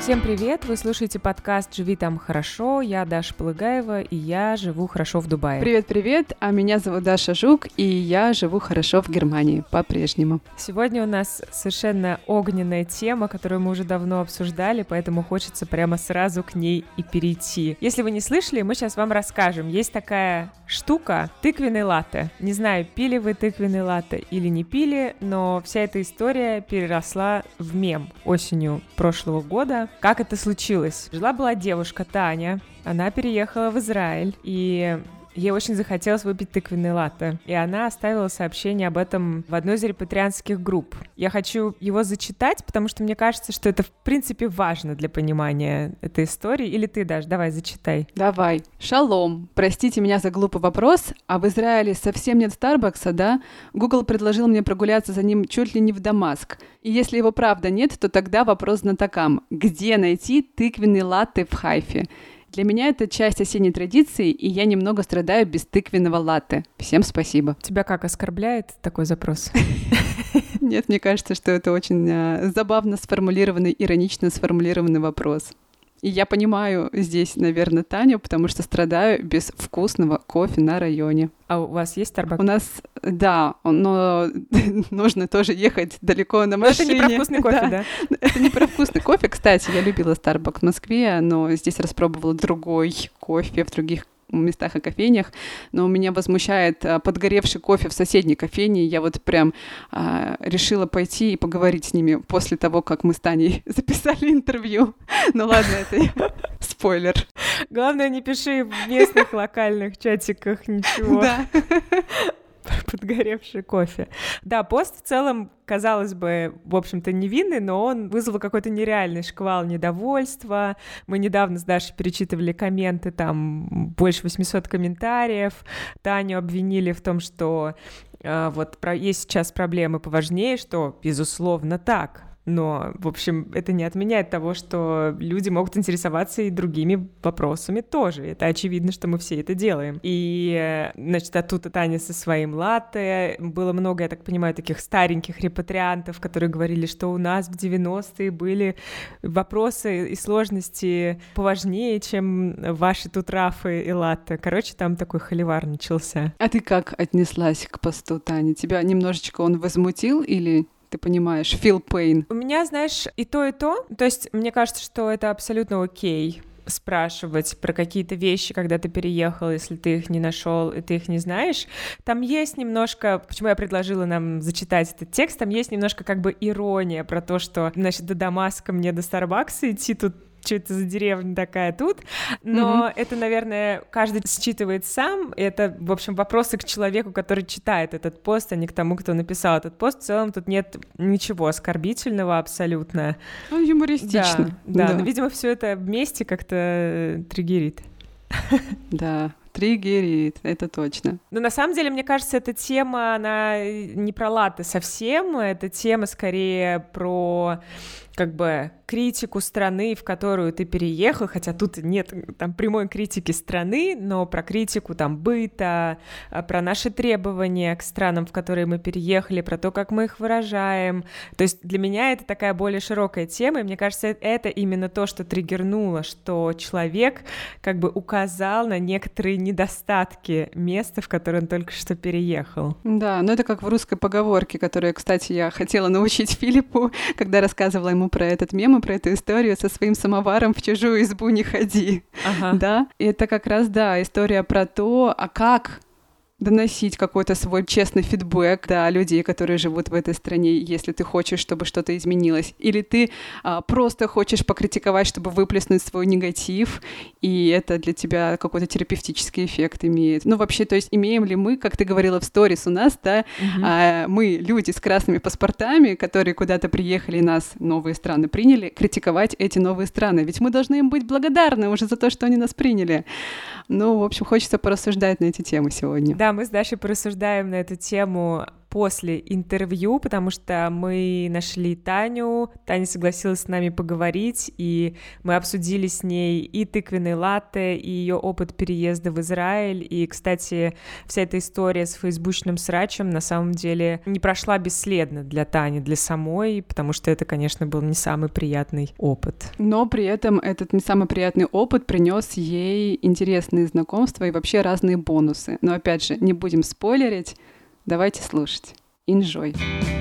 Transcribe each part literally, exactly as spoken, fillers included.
Всем привет! Вы слушаете подкаст «Живи там хорошо». Я Даша Полыгаева, и я живу хорошо в Дубае. Привет-привет! А меня зовут Даша Жук, и я живу хорошо в Германии, по-прежнему. Сегодня у нас совершенно огненная тема, которую мы уже давно обсуждали, поэтому хочется прямо сразу к ней и перейти. Если вы не слышали, мы сейчас вам расскажем. Есть такая штука — тыквенный латте. Не знаю, пили вы тыквенный латте или не пили, но вся эта история переросла в мем осенью прошлого года. Как это случилось? Жила-была девушка Таня, она переехала в Израиль, и ей очень захотелось выпить тыквенный латте, и она оставила сообщение об этом в одной из репатрианских групп. Я хочу его зачитать, потому что мне кажется, что это в принципе важно для понимания этой истории. Или ты, Даш, давай, зачитай. Давай. Шалом. Простите меня за глупый вопрос, а в Израиле совсем нет Старбакса, да? Google предложил мне прогуляться за ним чуть ли не в Дамаск. И если его правда нет, то тогда вопрос знатокам. Где найти тыквенный латте в Хайфе? Для меня это часть осенней традиции, и я немного страдаю без тыквенного латте. Всем спасибо. Тебя как, оскорбляет такой запрос? Нет, мне кажется, что это очень э, забавно сформулированный, иронично сформулированный вопрос. И я понимаю здесь, наверное, Таню, потому что страдаю без вкусного кофе на районе. А у вас есть Starbucks? У нас, да, но нужно тоже ехать далеко на машине. Но это не про вкусный кофе, да? да? Это не про вкусный кофе. Кстати, я любила Starbucks в Москве, но здесь распробовала другой кофе в других местах и кофейнях, но меня возмущает а, подгоревший кофе в соседней кофейне. Я вот прям а, решила пойти и поговорить с ними после того, как мы с Таней записали интервью. Ну ладно, это спойлер. Главное, не пиши в местных локальных чатиках ничего. Да. Подгоревший кофе. Да, пост в целом, казалось бы, в общем-то, невинный, но он вызвал какой-то нереальный шквал недовольства. Мы недавно с Дашей перечитывали комменты, там больше восемьсот комментариев. Таню обвинили в том, что э, вот про, есть сейчас проблемы поважнее, что, безусловно, так. Но, в общем, это не отменяет того, что люди могут интересоваться и другими вопросами тоже. Это очевидно, что мы все это делаем. И, значит, а тут и Таня со своим латте. Было много, я так понимаю, таких стареньких репатриантов, которые говорили, что у нас в девяностые были вопросы и сложности поважнее, чем ваши тут рафы и латте. Короче, там такой холивар начался. А ты как отнеслась к посту Тани? Тебя немножечко он возмутил или... Ты понимаешь, feel pain. У меня, знаешь, и то, и то. То есть мне кажется, что это абсолютно окей спрашивать про какие-то вещи, когда ты переехал, если ты их не нашел и ты их не знаешь. Там есть немножко, почему я предложила нам зачитать этот текст, там есть немножко как бы ирония про то, что, значит, до Дамаска мне до Старбакса идти, тут что это за деревня такая тут, но mm-hmm. это, наверное, каждый считывает сам, это, в общем, вопросы к человеку, который читает этот пост, а не к тому, кто написал этот пост. В целом тут нет ничего оскорбительного абсолютно. Ну, юмористично. Да, да, да. Но, видимо, все это вместе как-то триггерит. Да. Триггерит, это точно. Но на самом деле, мне кажется, эта тема, она не про латте совсем, эта тема скорее про как бы критику страны, в которую ты переехал, хотя тут нет там прямой критики страны, но про критику там быта, про наши требования к странам, в которые мы переехали, про то, как мы их выражаем. То есть для меня это такая более широкая тема, и мне кажется, это именно то, что триггернуло, что человек как бы указал на некоторые недостатки места, в которое он только что переехал. Да, но это как в русской поговорке, которую, кстати, я хотела научить Филиппу, когда рассказывала ему про этот мем и про эту историю со своим самоваром «в чужую избу не ходи». Ага. Да? И это как раз, да, история про то, а как доносить какой-то свой честный фидбэк до людей, которые живут в этой стране, если ты хочешь, чтобы что-то изменилось. Или ты а, просто хочешь покритиковать, чтобы выплеснуть свой негатив, и это для тебя какой-то терапевтический эффект имеет. Ну, вообще, то есть имеем ли мы, как ты говорила в сторис у нас, да, mm-hmm. а, мы, люди с красными паспортами, которые куда-то приехали, нас новые страны приняли, критиковать эти новые страны. Ведь мы должны им быть благодарны уже за то, что они нас приняли. Ну, в общем, хочется порассуждать на эти темы сегодня. Да, мы с Дашей порассуждаем на эту тему после интервью, потому что мы нашли Таню, Таня согласилась с нами поговорить, и мы обсудили с ней и тыквенный латте, и ее опыт переезда в Израиль, и, кстати, вся эта история с фейсбучным срачем на самом деле не прошла бесследно для Тани, для самой, потому что это, конечно, был не самый приятный опыт. Но при этом этот не самый приятный опыт принес ей интересные знакомства и вообще разные бонусы. Но опять же, не будем спойлерить, давайте слушать. Enjoy!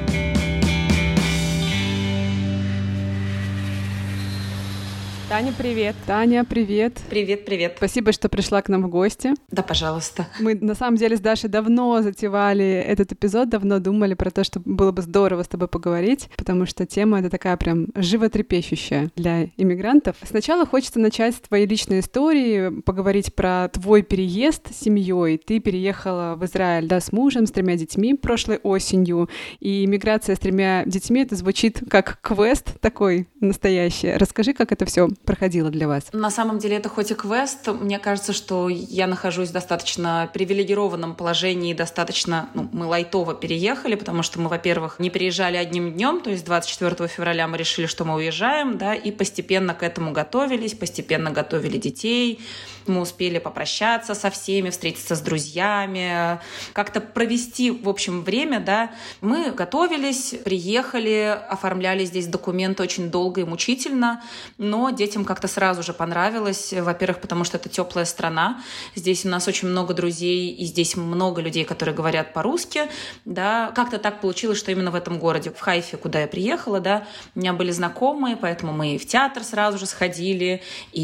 Таня, привет. Таня, привет. Привет, привет. Спасибо, что пришла к нам в гости. Да, пожалуйста. Мы, на самом деле, с Дашей давно затевали этот эпизод, давно думали про то, что было бы здорово с тобой поговорить, потому что тема эта такая прям животрепещущая для иммигрантов. Сначала хочется начать с твоей личной истории, поговорить про твой переезд с семьей. Ты переехала в Израиль, да, с мужем, с тремя детьми прошлой осенью, и миграция с тремя детьми — это звучит как квест такой настоящий. Расскажи, как это все проходило для вас? На самом деле это хоть и квест, мне кажется, что я нахожусь в достаточно привилегированном положении, достаточно, ну, мы лайтово переехали, потому что мы, во-первых, не переезжали одним днем, то есть двадцать четвёртого февраля мы решили, что мы уезжаем, да, и постепенно к этому готовились, постепенно готовили детей, мы успели попрощаться со всеми, встретиться с друзьями, как-то провести, в общем, время, да. Мы готовились, приехали, оформляли здесь документы очень долго и мучительно, но детям как-то сразу же понравилось. Во-первых, потому что это теплая страна. Здесь у нас очень много друзей, и здесь много людей, которые говорят по-русски. Да. Как-то так получилось, что именно в этом городе, в Хайфе, куда я приехала, да, у меня были знакомые, поэтому мы и в театр сразу же сходили,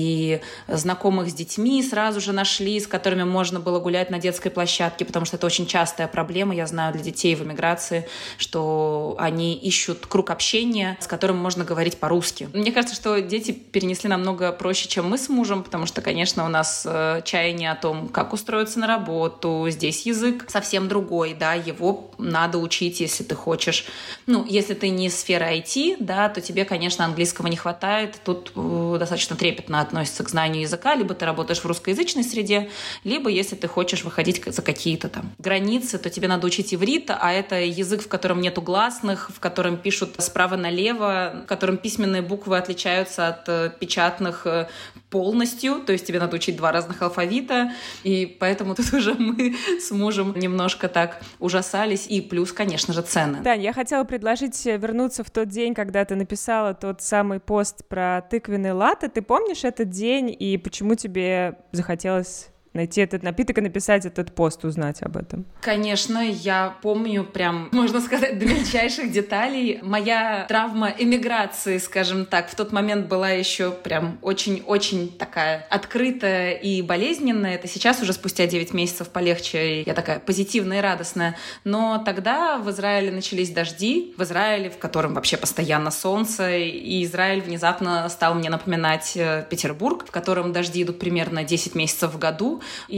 и знакомых с детьми сразу же нашли, с которыми можно было гулять на детской площадке, потому что это очень частая проблема, я знаю, для детей в эмиграции, что они ищут круг общения, с которым можно говорить по-русски. Мне кажется, что дети перенесли намного проще, чем мы с мужем, потому что, конечно, у нас э, чаяние о том, как устроиться на работу. Здесь язык совсем другой, да, его надо учить, если ты хочешь. Ну, если ты не из сферы ай ти, да, то тебе, конечно, английского не хватает. Тут э, достаточно трепетно относятся к знанию языка. Либо ты работаешь в русскоязычной среде, либо если ты хочешь выходить за какие-то там границы, то тебе надо учить иврит, а это язык, в котором нету гласных, в котором пишут справа налево, в котором письменные буквы отличаются от печатных полностью, то есть тебе надо учить два разных алфавита, и поэтому тут уже мы с мужем немножко так ужасались, и плюс, конечно же, цены. Тань, я хотела предложить вернуться в тот день, когда ты написала тот самый пост про тыквенный латте. Ты помнишь этот день, и почему тебе захотелось найти этот напиток и написать этот пост, узнать об этом? Конечно, я помню прям, можно сказать, до мельчайших деталей. Моя травма эмиграции, скажем так, в тот момент была еще прям очень-очень такая открытая и болезненная. Это сейчас уже спустя девять месяцев полегче, и я такая позитивная и радостная. Но тогда в Израиле начались дожди, в Израиле, в котором вообще постоянно солнце, и Израиль внезапно стал мне напоминать Петербург, в котором дожди идут примерно десять месяцев в году.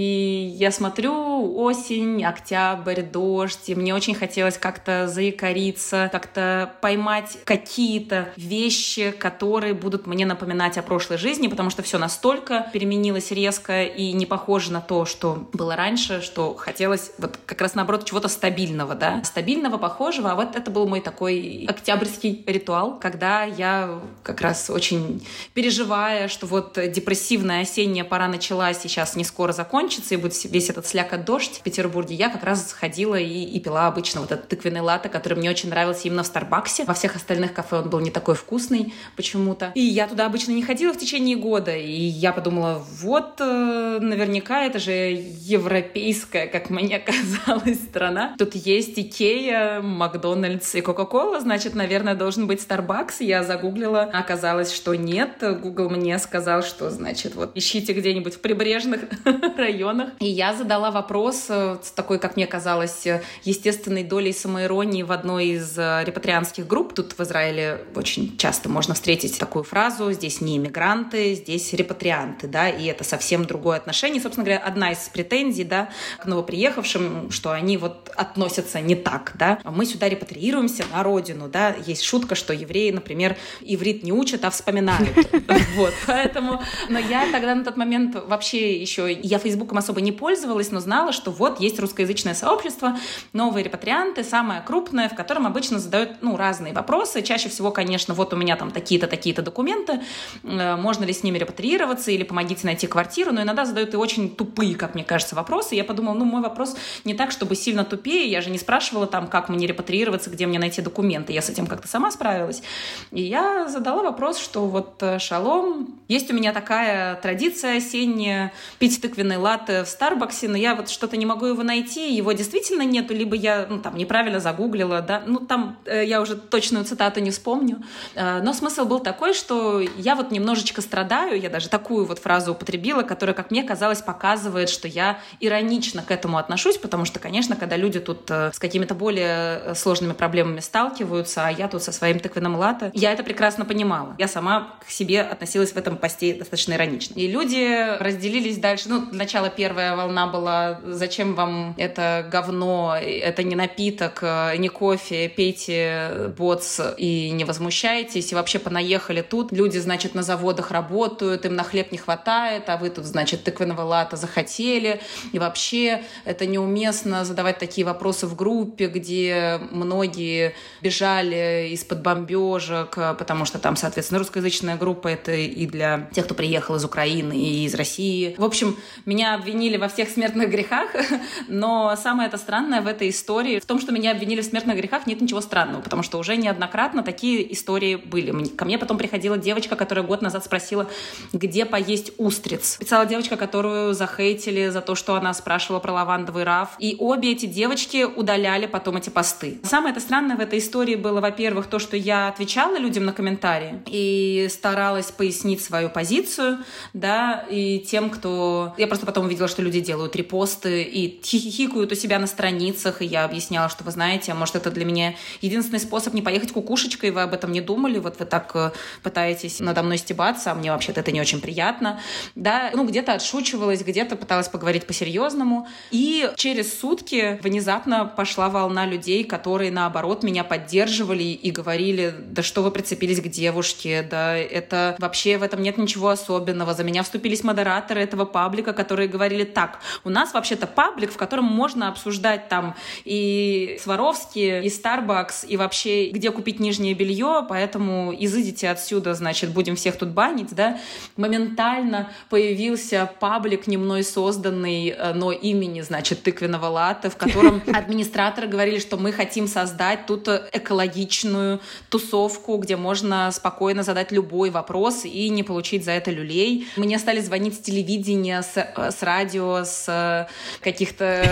И я смотрю, осень, октябрь, дождь, и мне очень хотелось как-то заякориться, как-то поймать какие-то вещи, которые будут мне напоминать о прошлой жизни, потому что все настолько переменилось резко и не похоже на то, что было раньше, что хотелось вот как раз наоборот чего-то стабильного, да, стабильного, похожего. А вот это был мой такой октябрьский ритуал, когда я как раз очень переживая, что вот депрессивная осенняя пора началась, и сейчас не скоро закончится, и будет весь этот слякоть дождь в Петербурге, я как раз ходила и, и пила обычно вот этот тыквенный латте, который мне очень нравился именно в Старбаксе. Во всех остальных кафе он был не такой вкусный почему-то. И я туда обычно не ходила в течение года. И я подумала, вот э, наверняка это же европейская, как мне казалось, страна. Тут есть Икея, Макдональдс и Кока-Кола, значит, наверное, должен быть Старбакс. Я загуглила, оказалось, что нет. Google мне сказал, что, значит, вот ищите где-нибудь в прибрежных районах. И я задала вопрос с такой, как мне казалось, естественной долей самоиронии в одной из репатрианских групп. Тут в Израиле очень часто можно встретить такую фразу: здесь не иммигранты, здесь репатрианты, да, и это совсем другое отношение. Собственно говоря, одна из претензий, да, к новоприехавшим, что они вот относятся не так, да. Мы сюда репатриируемся на родину, да. Есть шутка, что евреи, например, иврит не учат, а вспоминают. Вот, поэтому... Но я тогда на тот момент вообще еще я Фейсбуком особо не пользовалась, но знала, что вот есть русскоязычное сообщество, новые репатрианты, самое крупное, в котором обычно задают, ну, разные вопросы. Чаще всего, конечно, вот у меня там такие-то, такие-то документы, можно ли с ними репатриироваться или помогите найти квартиру, но иногда задают и очень тупые, как мне кажется, вопросы. Я подумала, ну, мой вопрос не так, чтобы сильно тупее, я же не спрашивала там, как мне репатриироваться, где мне найти документы, я с этим как-то сама справилась. И я задала вопрос, что вот, шалом, есть у меня такая традиция осенняя, пить тыквенный латте в Старбаксе, но я вот что-то не могу его найти, его действительно нету, либо я, ну, там, неправильно загуглила, да, ну, там э, я уже точную цитату не вспомню, э, но смысл был такой, что я вот немножечко страдаю, я даже такую вот фразу употребила, которая, как мне казалось, показывает, что я иронично к этому отношусь, потому что, конечно, когда люди тут э, с какими-то более сложными проблемами сталкиваются, а я тут со своим тыквенным латте, я это прекрасно понимала. Я сама к себе относилась в этом посте достаточно иронично. И люди разделились дальше. Ну, сначала первая волна была: зачем вам это говно, это не напиток, не кофе, пейте ботс и не возмущайтесь, и вообще понаехали тут. Люди, значит, на заводах работают, им на хлеб не хватает, а вы тут, значит, тыквенного латте захотели. И вообще это неуместно задавать такие вопросы в группе, где многие бежали из-под бомбежек, потому что там, соответственно, русскоязычная группа — это и для тех, кто приехал из Украины и из России. В общем, меня обвинили во всех смертных грехах, но самое это странное в этой истории в том, что меня обвинили в смертных грехах, нет ничего странного, потому что уже неоднократно такие истории были. Ко мне потом приходила девочка, которая год назад спросила, где поесть устриц. Писала девочка, которую захейтили за то, что она спрашивала про лавандовый раф. И обе эти девочки удаляли потом эти посты. Самое это странное в этой истории было, во-первых, то, что я отвечала людям на комментарии и старалась пояснить свою позицию, да, и тем, кто... Я просто потом увидела, что люди делают репосты и хихикают у себя на страницах, и я объясняла, что, вы знаете, может, это для меня единственный способ не поехать кукушечкой, вы об этом не думали, вот вы так пытаетесь надо мной стебаться, а мне вообще-то это не очень приятно, да, ну, где-то отшучивалась, где-то пыталась поговорить по-серьезному, и через сутки внезапно пошла волна людей, которые, наоборот, меня поддерживали и говорили, да что вы прицепились к девушке, да, это вообще в этом нет ничего особенного. За меня вступились модераторы этого паблика, которые говорили: так, у нас вообще-то паблик, в котором можно обсуждать там и Сваровски, и Starbucks, и вообще где купить нижнее белье, поэтому изыдите отсюда, значит, будем всех тут банить, да. Моментально появился паблик, не мной созданный, но имени, значит, тыквенного латте, в котором администраторы говорили, что мы хотим создать тут экологичную тусовку, где можно спокойно задать любой вопрос и не получить за это люлей. Мне стали звонить с телевидения, с, с радио, с каких-то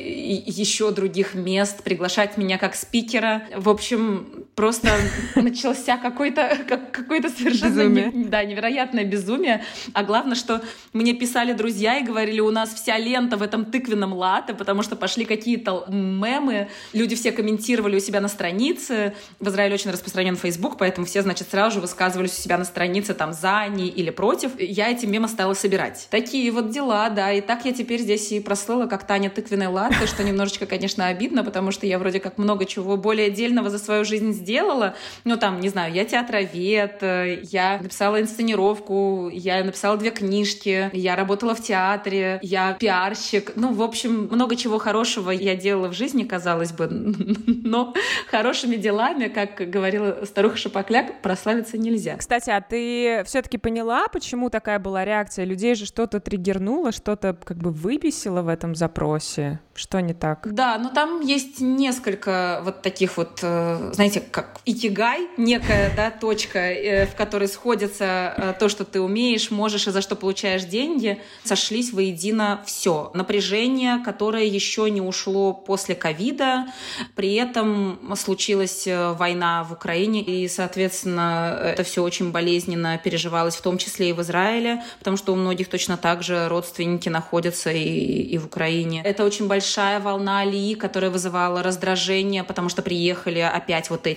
еще других мест, приглашать меня как спикера. В общем, просто начался какой-то какой-то совершенно не, да, невероятное безумие. А главное, что мне писали друзья и говорили: у нас вся лента в этом тыквенном латте, потому что пошли какие-то мемы, люди все комментировали у себя на странице. В Израиле очень распространен Facebook, поэтому все, значит, сразу же высказывались у себя на странице там за, не или против. Я эти мемы стала собирать. Такие вот дела, да. И так я теперь здесь и прослыла, как Таня тыквенной латте, что немножечко, конечно, обидно, потому что я вроде как много чего более дельного за свою жизнь сделала. Ну, там, не знаю, я театровед, я написала инсценировку, я написала две книжки, я работала в театре, я пиарщик. Ну, в общем, много чего хорошего я делала в жизни, казалось бы, но хорошими делами, как говорила старуха Шапокляк, прославиться нельзя. Кстати, а ты все-таки поняла, почему такая была реакция? Людей же что-то триггернуло, что-то как бы выбесило в этом запросе? Что не так? Да, но там есть несколько вот таких вот, знаете, как икигай, некая, да, точка, в которой сходится то, что ты умеешь, можешь и за что получаешь деньги. Сошлись воедино все. Напряжение, которое еще не ушло после ковида, при этом случилась война в Украине, и, соответственно, это все очень болезненно переживалось, в том числе и в Израиле, потому что у многих точно так же родственники находятся и, и в Украине. Это очень большая волна алии, которая вызывала раздражение, потому что приехали опять вот эти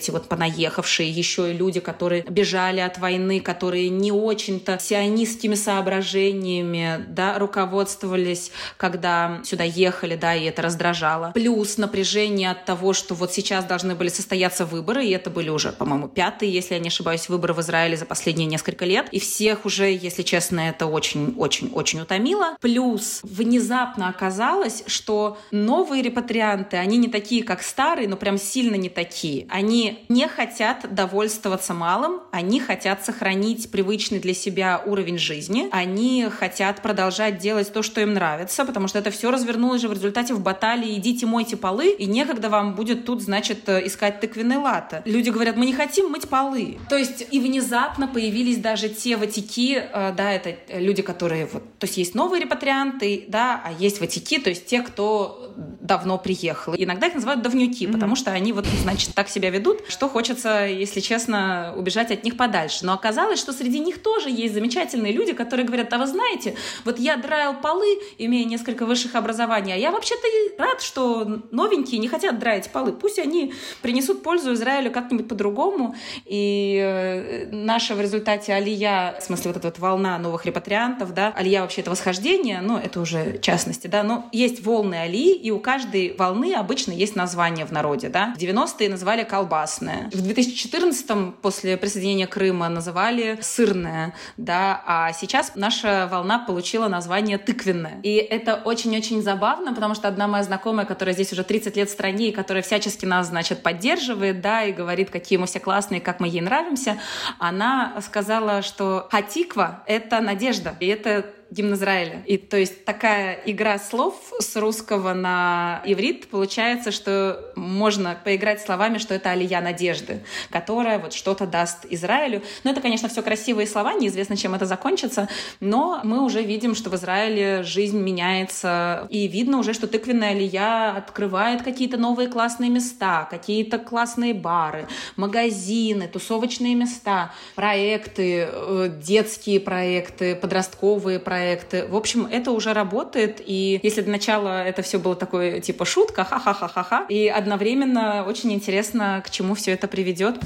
эти вот понаехавшие, еще и люди, которые бежали от войны, которые не очень-то сионистскими соображениями, да, руководствовались, когда сюда ехали, да, и это раздражало. Плюс напряжение от того, что вот сейчас должны были состояться выборы, и это были уже, по-моему, пятые, если я не ошибаюсь, выборы в Израиле за последние несколько лет. И всех уже, если честно, это очень-очень-очень утомило. Плюс внезапно оказалось, что новые репатрианты, они не такие, как старые, но прям сильно не такие. Они не хотят довольствоваться малым, они хотят сохранить привычный для себя уровень жизни, они хотят продолжать делать то, что им нравится, потому что это все развернулось же в результате в баталии «идите мойте полы», и некогда вам будет тут, значит, искать тыквенные латте. Люди говорят, мы не хотим мыть полы. То есть и внезапно появились даже те ватики, да, это люди, которые вот, то есть есть новые репатрианты, да, а есть ватики, то есть те, кто давно приехал. Иногда их называют давнюки, mm-hmm. потому что они вот, значит, так себя ведут, что хочется, если честно, убежать от них подальше. Но оказалось, что среди них тоже есть замечательные люди, которые говорят, а вы знаете, вот я драил полы, имея несколько высших образований, а я вообще-то и рад, что новенькие не хотят драить полы. Пусть они принесут пользу Израилю как-нибудь по-другому. И э, наша в результате алия, в смысле вот эта вот волна новых репатриантов, да, алия вообще это восхождение, ну, это уже частности, да, но есть волны алии, и у каждой волны обычно есть название в народе, да. В девяностые называли колбасная. В две тысячи четырнадцатом, после присоединения Крыма, называли сырная, да, а сейчас наша волна получила название тыквенная. И это очень-очень забавно, потому что одна моя знакомая, которая здесь уже тридцать лет в стране, и которая всячески нас, значит, поддерживает, да, и говорит, какие мы все классные, как мы ей нравимся, она сказала, что хатиква — это надежда, и это гимн Израиля. И то есть такая игра слов с русского на иврит, получается, что можно поиграть словами, что это алия надежды, которая вот что-то даст Израилю. Но это, конечно, все красивые слова, неизвестно, чем это закончится, но мы уже видим, что в Израиле жизнь меняется, и видно уже, что тыквенная алия открывает какие-то новые классные места, какие-то классные бары, магазины, тусовочные места, проекты, детские проекты, подростковые проекты. В общем, это уже работает, и если до начала это все было такое, типа, шутка, ха-ха-ха-ха-ха, и одновременно очень интересно, к чему все это приведет.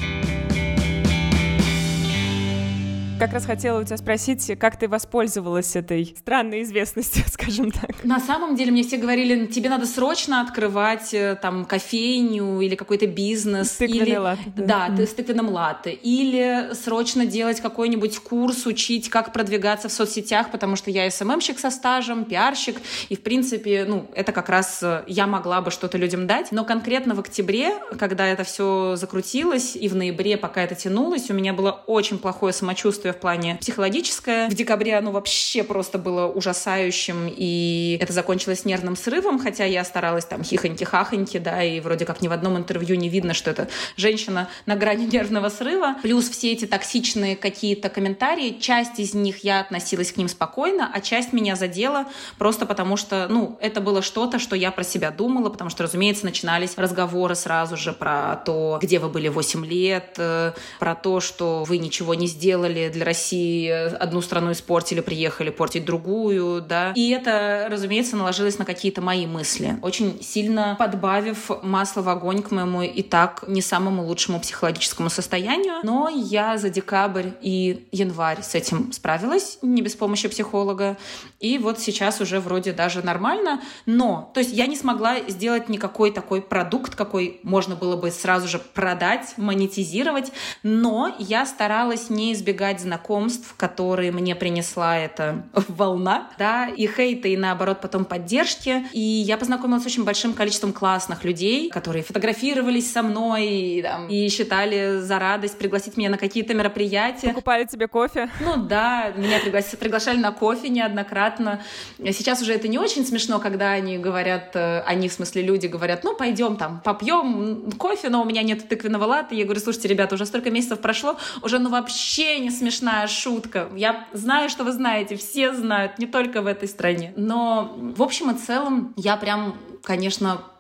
Как раз хотела у тебя спросить, как ты воспользовалась этой странной известностью, скажем так. На самом деле мне все говорили, тебе надо срочно открывать там кофейню или какой-то бизнес. Тыквенный или... латте. Да, да, с тыквенным латте. Или срочно делать какой-нибудь курс, учить, как продвигаться в соцсетях, потому что я эс эм эм-щик со стажем, пиарщик, и, в принципе, ну, это как раз я могла бы что-то людям дать. Но конкретно в октябре, когда это все закрутилось, и в ноябре, пока это тянулось, у меня было очень плохое самочувствие в плане психологическое. В декабре оно вообще просто было ужасающим, и это закончилось нервным срывом, хотя я старалась там хихоньки-хахоньки, да, и вроде как ни в одном интервью не видно, что это женщина на грани нервного срыва. Плюс все эти токсичные какие-то комментарии, часть из них я относилась к ним спокойно, а часть меня задела просто потому, что, ну, это было что-то, что я про себя думала, потому что, разумеется, начинались разговоры сразу же про то, где вы были восемь лет, про то, что вы ничего не сделали для России, одну страну испортили, приехали портить другую, да. И это, разумеется, наложилось на какие-то мои мысли, очень сильно подбавив масло в огонь к моему и так не самому лучшему психологическому состоянию. Но я за декабрь и январь с этим справилась, не без помощи психолога. И вот сейчас уже вроде даже нормально. Но, то есть я не смогла сделать никакой такой продукт, какой можно было бы сразу же продать, монетизировать. Но я старалась не избегать знакомств, которые мне принесла эта волна, да, и хейта, и наоборот потом поддержки. И я познакомилась с очень большим количеством классных людей, которые фотографировались со мной и, там, и считали за радость пригласить меня на какие-то мероприятия. Покупали тебе кофе? Ну да, меня приглас... приглашали на кофе неоднократно. Сейчас уже это не очень смешно, когда они говорят, они, в смысле люди, говорят, ну пойдем там попьем кофе, но у меня нет тыквенного латте. Я говорю, слушайте, ребята, уже столько месяцев прошло, уже ну вообще не смешно. Смешная шутка. Я знаю, что вы знаете, все знают, не только в этой стране. Но в общем и целом я прям, конечно,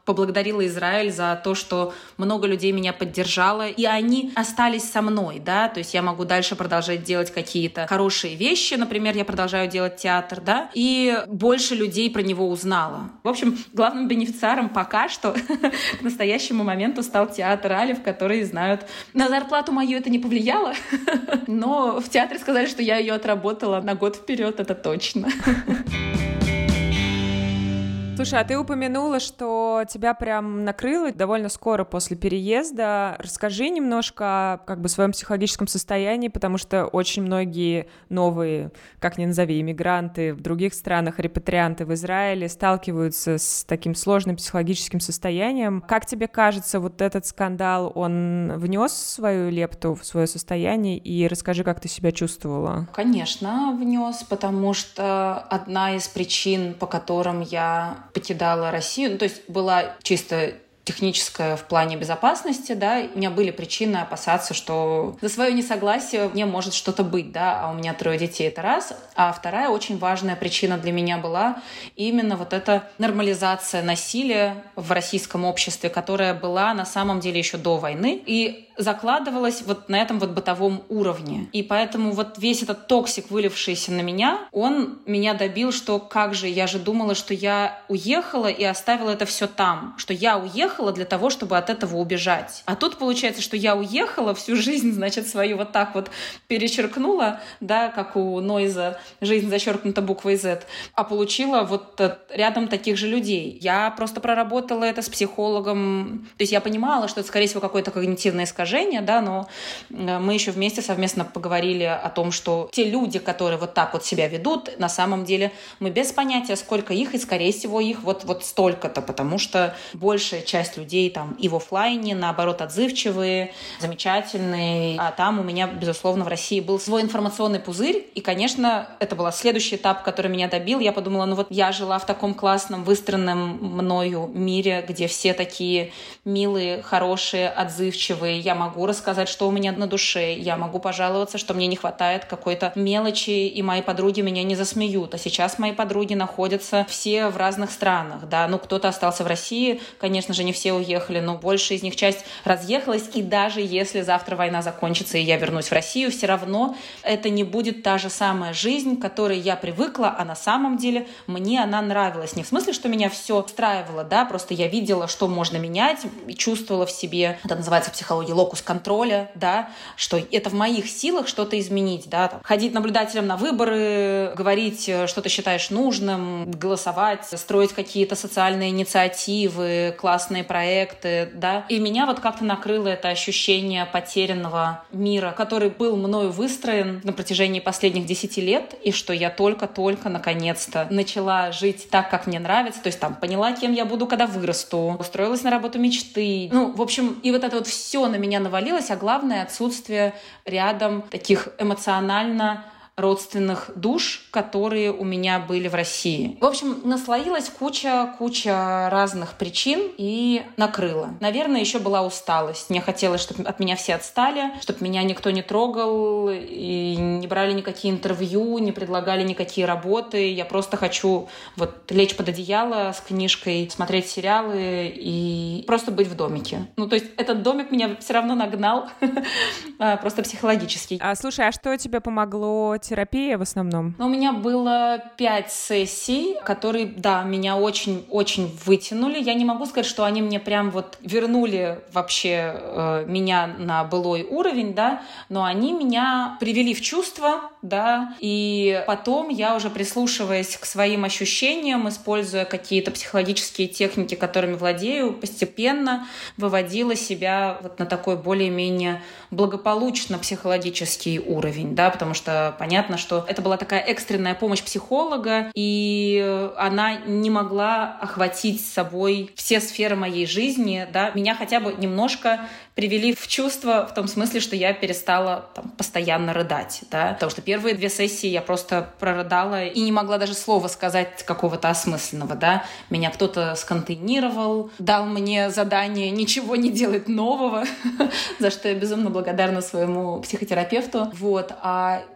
поблагодарила Израиль за то, что много людей меня поддержало, и они остались со мной, да, то есть я могу дальше продолжать делать какие-то хорошие вещи, например, я продолжаю делать театр, да, и больше людей про него узнала. В общем, главным бенефициаром пока что к настоящему моменту стал театр Алеф, который знают. На зарплату мою это не повлияло, но в театре сказали, что я ее отработала на год вперед, это точно. Слушай, а ты упомянула, что тебя прям накрыло довольно скоро после переезда. Расскажи немножко о как бы своем психологическом состоянии, потому что очень многие новые, как ни назови, иммигранты в других странах, репатрианты в Израиле сталкиваются с таким сложным психологическим состоянием. Как тебе кажется, вот этот скандал, он внес свою лепту в свое состояние? И расскажи, как ты себя чувствовала. Конечно, внес, потому что одна из причин, по которым я покидала Россию, ну, то есть была чисто техническая в плане безопасности, да, у меня были причины опасаться, что за свое несогласие мне может что-то быть, да, а у меня трое детей, это раз. А вторая очень важная причина для меня была именно вот эта нормализация насилия в российском обществе, которая была на самом деле еще до войны и закладывалась вот на этом вот бытовом уровне. И поэтому вот весь этот токсик, вылившийся на меня, он меня добил, что как же, я же думала, что я уехала и оставила это все там, что я уехала для того, чтобы от этого убежать. А тут получается, что я уехала, всю жизнь, значит, свою вот так вот перечеркнула, да, как у Нойза «Жизнь зачеркнута буквой Z», а получила вот рядом таких же людей. Я просто проработала это с психологом. То есть я понимала, что это, скорее всего, какое-то когнитивное искажение, да, но мы еще вместе совместно поговорили о том, что те люди, которые вот так вот себя ведут, на самом деле мы без понятия, сколько их, и, скорее всего, их вот, вот столько-то, потому что большая часть людей там и в офлайне, наоборот, отзывчивые, замечательные, а там у меня, безусловно, в России был свой информационный пузырь, и, конечно, это был следующий этап, который меня добил. Я подумала, ну вот я жила в таком классном, выстроенном мною мире, где все такие милые, хорошие, отзывчивые, я могу рассказать, что у меня на душе, я могу пожаловаться, что мне не хватает какой-то мелочи, и мои подруги меня не засмеют. А сейчас мои подруги находятся все в разных странах, да, ну кто-то остался в России, конечно же, не все уехали, но большая из них часть разъехалась, и даже если завтра война закончится, и я вернусь в Россию, все равно это не будет та же самая жизнь, к которой я привыкла, а на самом деле мне она нравилась. Не в смысле, что меня все устраивало, да, просто я видела, что можно менять, и чувствовала в себе, это называется психология локус контроля, да, что это в моих силах что-то изменить, да, там, ходить наблюдателем на выборы, говорить, что ты считаешь нужным, голосовать, строить какие-то социальные инициативы, классные проекты, да. И меня вот как-то накрыло это ощущение потерянного мира, который был мною выстроен на протяжении последних десяти лет, и что я только-только, наконец-то, начала жить так, как мне нравится, то есть там поняла, кем я буду, когда вырасту, устроилась на работу мечты. Ну, в общем, и вот это вот все на меня навалилось, а главное — отсутствие рядом таких эмоционально родственных душ, которые у меня были в России. В общем, наслоилась куча-куча разных причин и накрыла. Наверное, еще была усталость. Мне хотелось, чтобы от меня все отстали, чтобы меня никто не трогал, и не брали никакие интервью, не предлагали никакие работы. Я просто хочу вот лечь под одеяло с книжкой, смотреть сериалы и просто быть в домике. Ну, то есть этот домик меня все равно нагнал, просто психологически. А, слушай, а что тебе помогло? Терапия в основном? У меня было пять сессий, которые, да, меня очень-очень вытянули. Я не могу сказать, что они мне прям вот вернули вообще э, меня на былой уровень, да, но они меня привели в чувство, да, и потом я уже, прислушиваясь к своим ощущениям, используя какие-то психологические техники, которыми владею, постепенно выводила себя вот на такой более-менее благополучно психологический уровень, да, потому что понятно, Понятно, что это была такая экстренная помощь психолога, и она не могла охватить собой все сферы моей жизни, да, меня хотя бы немножко привели в чувство в том смысле, что я перестала там постоянно рыдать, да, потому что первые две сессии я просто прорыдала и не могла даже слова сказать какого-то осмысленного, да, меня кто-то сконтейнировал, дал мне задание ничего не делать нового, за что я безумно благодарна своему психотерапевту, вот, а потом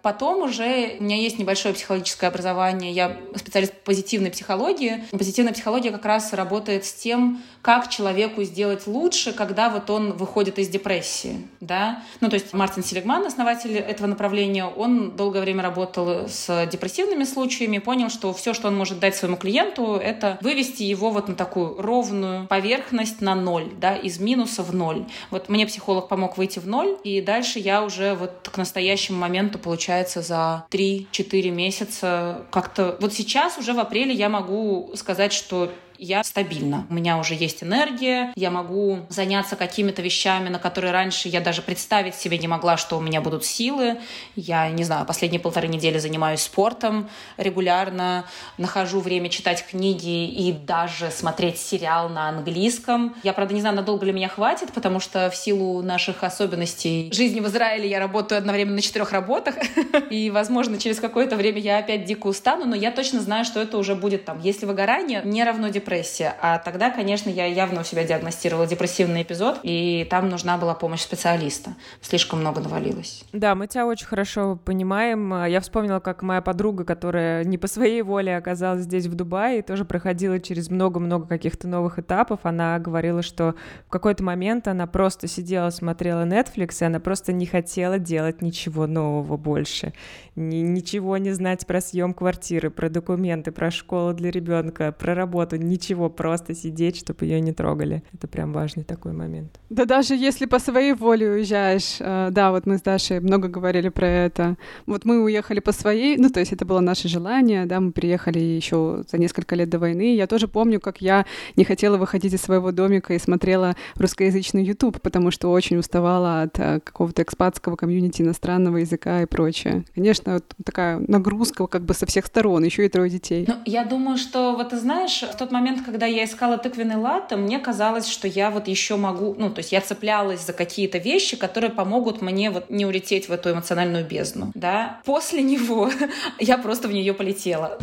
потом уже у меня есть небольшое психологическое образование, я специалист по позитивной психологии. Позитивная психология как раз работает с тем, как человеку сделать лучше, когда вот он выходит из депрессии, да. Ну, то есть Мартин Селигман, основатель этого направления, он долгое время работал с депрессивными случаями, понял, что все, что он может дать своему клиенту, это вывести его вот на такую ровную поверхность, на ноль, да, из минуса в ноль. Вот мне психолог помог выйти в ноль, и дальше я уже вот к настоящему моменту, получается, за три-четыре месяца как-то... Вот сейчас уже в апреле я могу сказать, что я стабильна. У меня уже есть энергия, я могу заняться какими-то вещами, на которые раньше я даже представить себе не могла, что у меня будут силы. Я, не знаю, последние полторы недели занимаюсь спортом регулярно, нахожу время читать книги и даже смотреть сериал на английском. Я, правда, не знаю, надолго ли меня хватит, потому что в силу наших особенностей жизни в Израиле я работаю одновременно на четырех работах, и, возможно, через какое-то время я опять дико устану, но я точно знаю, что это уже будет там, если выгорание не равно депрессии. А тогда, конечно, я явно у себя диагностировала депрессивный эпизод, и там нужна была помощь специалиста. Слишком много навалилось. Да, мы тебя очень хорошо понимаем. Я вспомнила, как моя подруга, которая не по своей воле оказалась здесь, в Дубае, тоже проходила через много-много каких-то новых этапов. Она говорила, что в какой-то момент она просто сидела, смотрела Netflix, и она просто не хотела делать ничего нового больше. Ни, ничего не знать про съем квартиры, про документы, про школу для ребенка, про работу, ничего, просто сидеть, чтобы ее не трогали. Это прям важный такой момент. Да даже если по своей воле уезжаешь, э, да, вот мы с Дашей много говорили про это. Вот мы уехали по своей, ну то есть это было наше желание, да, мы приехали еще за несколько лет до войны. Я тоже помню, как я не хотела выходить из своего домика и смотрела русскоязычный YouTube, потому что очень уставала от э, какого-то экспатского комьюнити иностранного языка и прочее. Конечно, вот такая нагрузка как бы со всех сторон, еще и трое детей. Ну, я думаю, что вот ты знаешь, в тот момент, когда я искала тыквенный латте, мне казалось, что я вот еще могу, ну, то есть я цеплялась за какие-то вещи, которые помогут мне вот не улететь в эту эмоциональную бездну, да. После него я просто в нее полетела.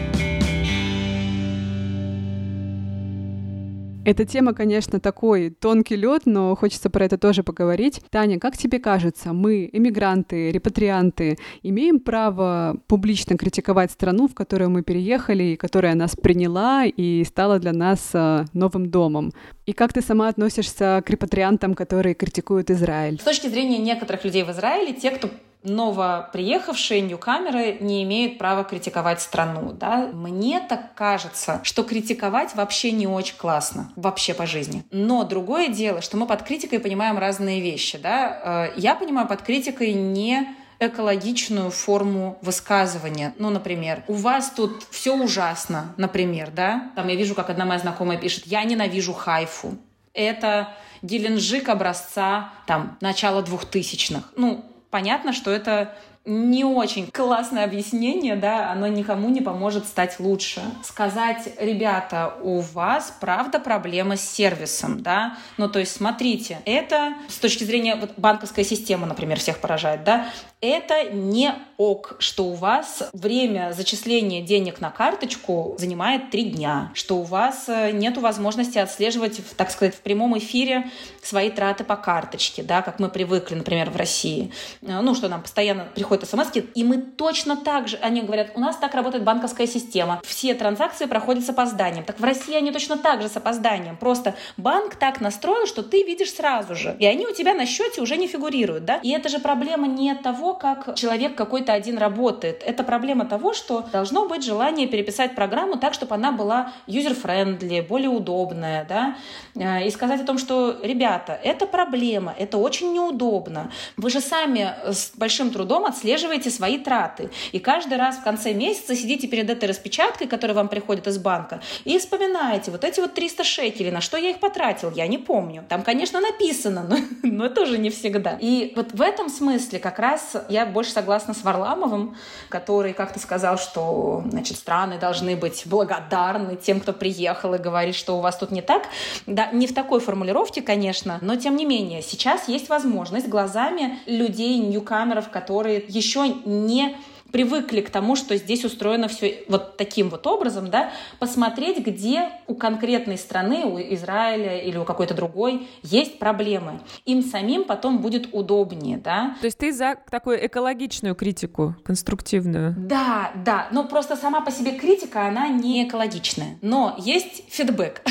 Эта тема, конечно, такой тонкий лед, но хочется про это тоже поговорить. Таня, как тебе кажется, мы, эмигранты, репатрианты, имеем право публично критиковать страну, в которую мы переехали, и которая нас приняла и стала для нас новым домом? И как ты сама относишься к репатриантам, которые критикуют Израиль? С точки зрения некоторых людей в Израиле, те, кто новоприехавшие ньюкамеры не имеют права критиковать страну, да. Мне так кажется, что критиковать вообще не очень классно, вообще по жизни. Но другое дело, что мы под критикой понимаем разные вещи, да. Я понимаю под критикой не экологичную форму высказывания. Ну, например, у вас тут все ужасно, например, да. Там я вижу, как одна моя знакомая пишет: «Я ненавижу Хайфу». Это Геленджик образца там начала двухтысячных. Ну, понятно, что это не очень классное объяснение, да, оно никому не поможет стать лучше. Сказать: ребята, у вас, правда, проблема с сервисом, да, ну, то есть, смотрите, это с точки зрения, вот, банковская система, например, всех поражает, да, это не ок, что у вас время зачисления денег на карточку занимает три дня, что у вас нет возможности отслеживать, так сказать, в прямом эфире свои траты по карточке, да, как мы привыкли, например, в России. Ну, что нам постоянно приходят смс-ки, и мы точно так же, они говорят: у нас так работает банковская система, все транзакции проходят с опозданием. Так в России они точно так же с опозданием, просто банк так настроил, что ты видишь сразу же, и они у тебя на счете уже не фигурируют, да, и это же проблема не того, как человек какой-то один работает. Это проблема того, что должно быть желание переписать программу так, чтобы она была user-friendly, более удобная, да, и сказать о том, что, ребята, это проблема, это очень неудобно. Вы же сами с большим трудом отслеживаете свои траты. И каждый раз в конце месяца сидите перед этой распечаткой, которая вам приходит из банка, и вспоминаете: вот эти вот триста шекелей, на что я их потратил, я не помню. Там, конечно, написано, но, но тоже не всегда. И вот в этом смысле как раз я больше согласна с Варламовым, который как-то сказал, что, значит, страны должны быть благодарны тем, кто приехал, и говорит, что у вас тут не так. Да, не в такой формулировке, конечно, но тем не менее, сейчас есть возможность глазами людей, ньюкамеров, которые еще не привыкли к тому, что здесь устроено все вот таким вот образом, да, посмотреть, где у конкретной страны, у Израиля или у какой-то другой есть проблемы. Им самим потом будет удобнее, да. То есть ты за такую экологичную критику, конструктивную? Да, да, но просто сама по себе критика, она не экологичная. Но есть фидбэк.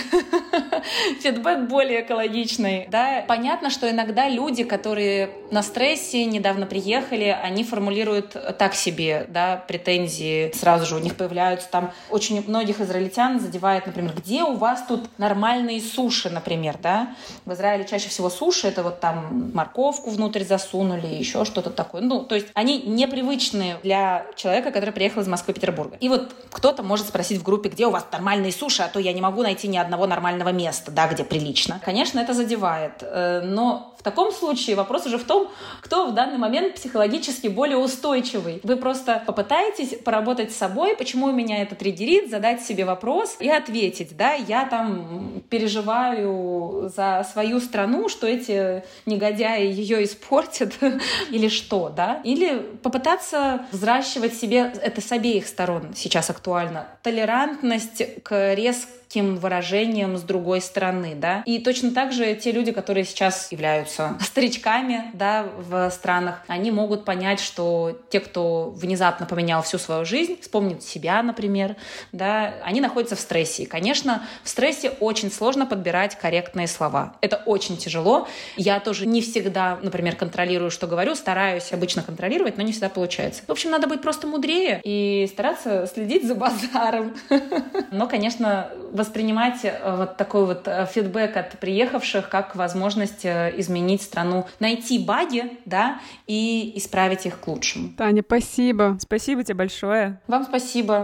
Фидбэк более экологичный, да. Понятно, что иногда люди, которые на стрессе, недавно приехали, они формулируют так себе, да, претензии. Сразу же у них появляются там... Очень многих израильтян задевает, например, где у вас тут нормальные суши, например, да. В Израиле чаще всего суши — это вот там морковку внутрь засунули, еще что-то такое. Ну, то есть они непривычные для человека, который приехал из Москвы и Петербурга. И вот кто-то может спросить в группе, где у вас нормальные суши, а то я не могу найти ни одного нормального места, да, где прилично. Конечно, это задевает, но в таком случае вопрос уже в том, кто в данный момент психологически более устойчивый. Вы просто попытаетесь поработать с собой, почему у меня это триггерит, задать себе вопрос и ответить, да, я там переживаю за свою страну, что эти негодяи ее испортят или что, да, или попытаться взращивать себе, это с обеих сторон сейчас актуально, толерантность к резким выражениям с другой стороны, да, и точно так же те люди, которые сейчас являются старичками, да, в странах, они могут понять, что те, кто внезапно поменял всю свою жизнь, вспомнит себя, например, да, они находятся в стрессе. И, конечно, в стрессе очень сложно подбирать корректные слова. Это очень тяжело. Я тоже не всегда, например, контролирую, что говорю, стараюсь обычно контролировать, но не всегда получается. В общем, надо быть просто мудрее и стараться следить за базаром. Но, конечно, воспринимать вот такой вот фидбэк от приехавших как возможность изменить страну, найти баги, да, и исправить их к лучшему. Таня, спасибо. Спасибо тебе большое. Вам спасибо.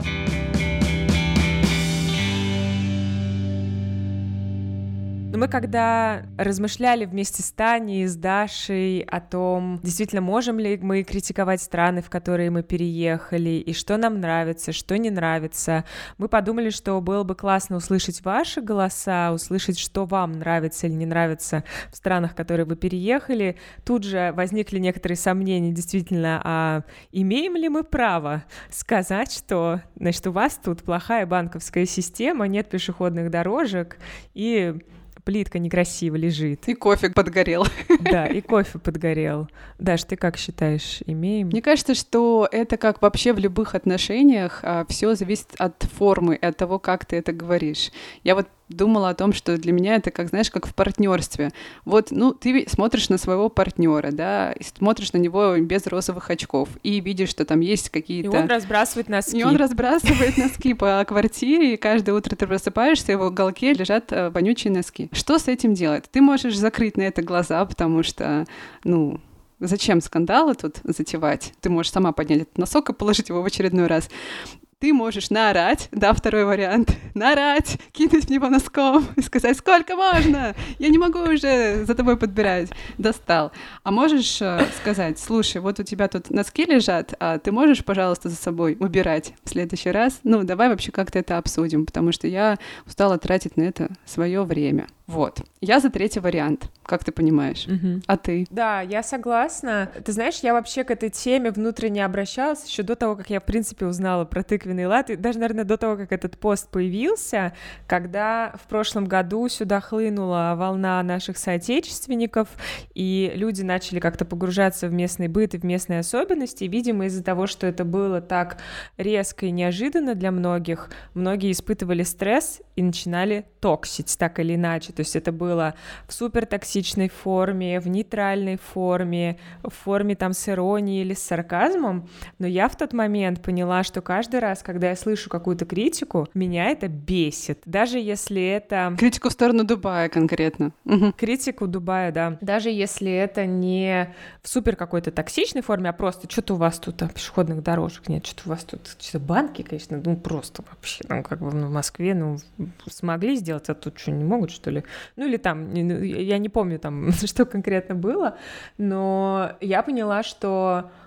Мы когда размышляли вместе с Таней, с Дашей о том, действительно, можем ли мы критиковать страны, в которые мы переехали, и что нам нравится, что не нравится, мы подумали, что было бы классно услышать ваши голоса, услышать, что вам нравится или не нравится в странах, в которые вы переехали. Тут же возникли некоторые сомнения, действительно, а имеем ли мы право сказать, что, значит, у вас тут плохая банковская система, нет пешеходных дорожек, и плитка некрасиво лежит. И кофе подгорел. Да, и кофе подгорел. Даш, ты как считаешь, имеем? Мне кажется, что это как вообще в любых отношениях, все зависит от формы и от того, как ты это говоришь. Я вот думала о том, что для меня это, как, знаешь, как в партнерстве. Вот, ну, ты смотришь на своего партнера, да, и смотришь на него без розовых очков, и видишь, что там есть какие-то... И он разбрасывает носки. И он разбрасывает носки по квартире, и каждое утро ты просыпаешься, и в уголке лежат вонючие носки. Что с этим делать? Ты можешь закрыть на это глаза, потому что, ну... Зачем скандалы тут затевать? Ты можешь сама поднять этот носок и положить его в очередной раз. Ты можешь наорать, да, второй вариант, наорать, кинуть в него носком и сказать, сколько можно, я не могу уже за тобой подбирать, достал. А можешь э, сказать, слушай, вот у тебя тут носки лежат, а ты можешь, пожалуйста, за собой убирать в следующий раз? Ну, давай вообще как-то это обсудим, потому что я устала тратить на это свое время. Вот. Я за третий вариант, как ты понимаешь. Угу. А ты? Да, я согласна. Ты знаешь, я вообще к этой теме внутренне обращалась еще до того, как я, в принципе, узнала про тыквенный лад, и даже, наверное, до того, как этот пост появился, когда в прошлом году сюда хлынула волна наших соотечественников, и люди начали как-то погружаться в местный быт и в местные особенности, и, видимо, из-за того, что это было так резко и неожиданно для многих, многие испытывали стресс и начинали токсить так или иначе. То есть это было в супертоксичной форме, в нейтральной форме, в форме там с иронией или с сарказмом. Но я в тот момент поняла, что каждый раз, когда я слышу какую-то критику, меня это бесит. Даже если это... Критику в сторону Дубая конкретно. Угу. Критику Дубая, да. Даже если это не в супер какой-то токсичной форме, а просто что-то у вас тут а, пешеходных дорожек нет, что-то у вас тут что-то банки, конечно, ну просто вообще, ну как бы в Москве, ну смогли сделать, а тут что, не могут, что ли? Ну или там, я не помню там, что конкретно было, но я поняла, что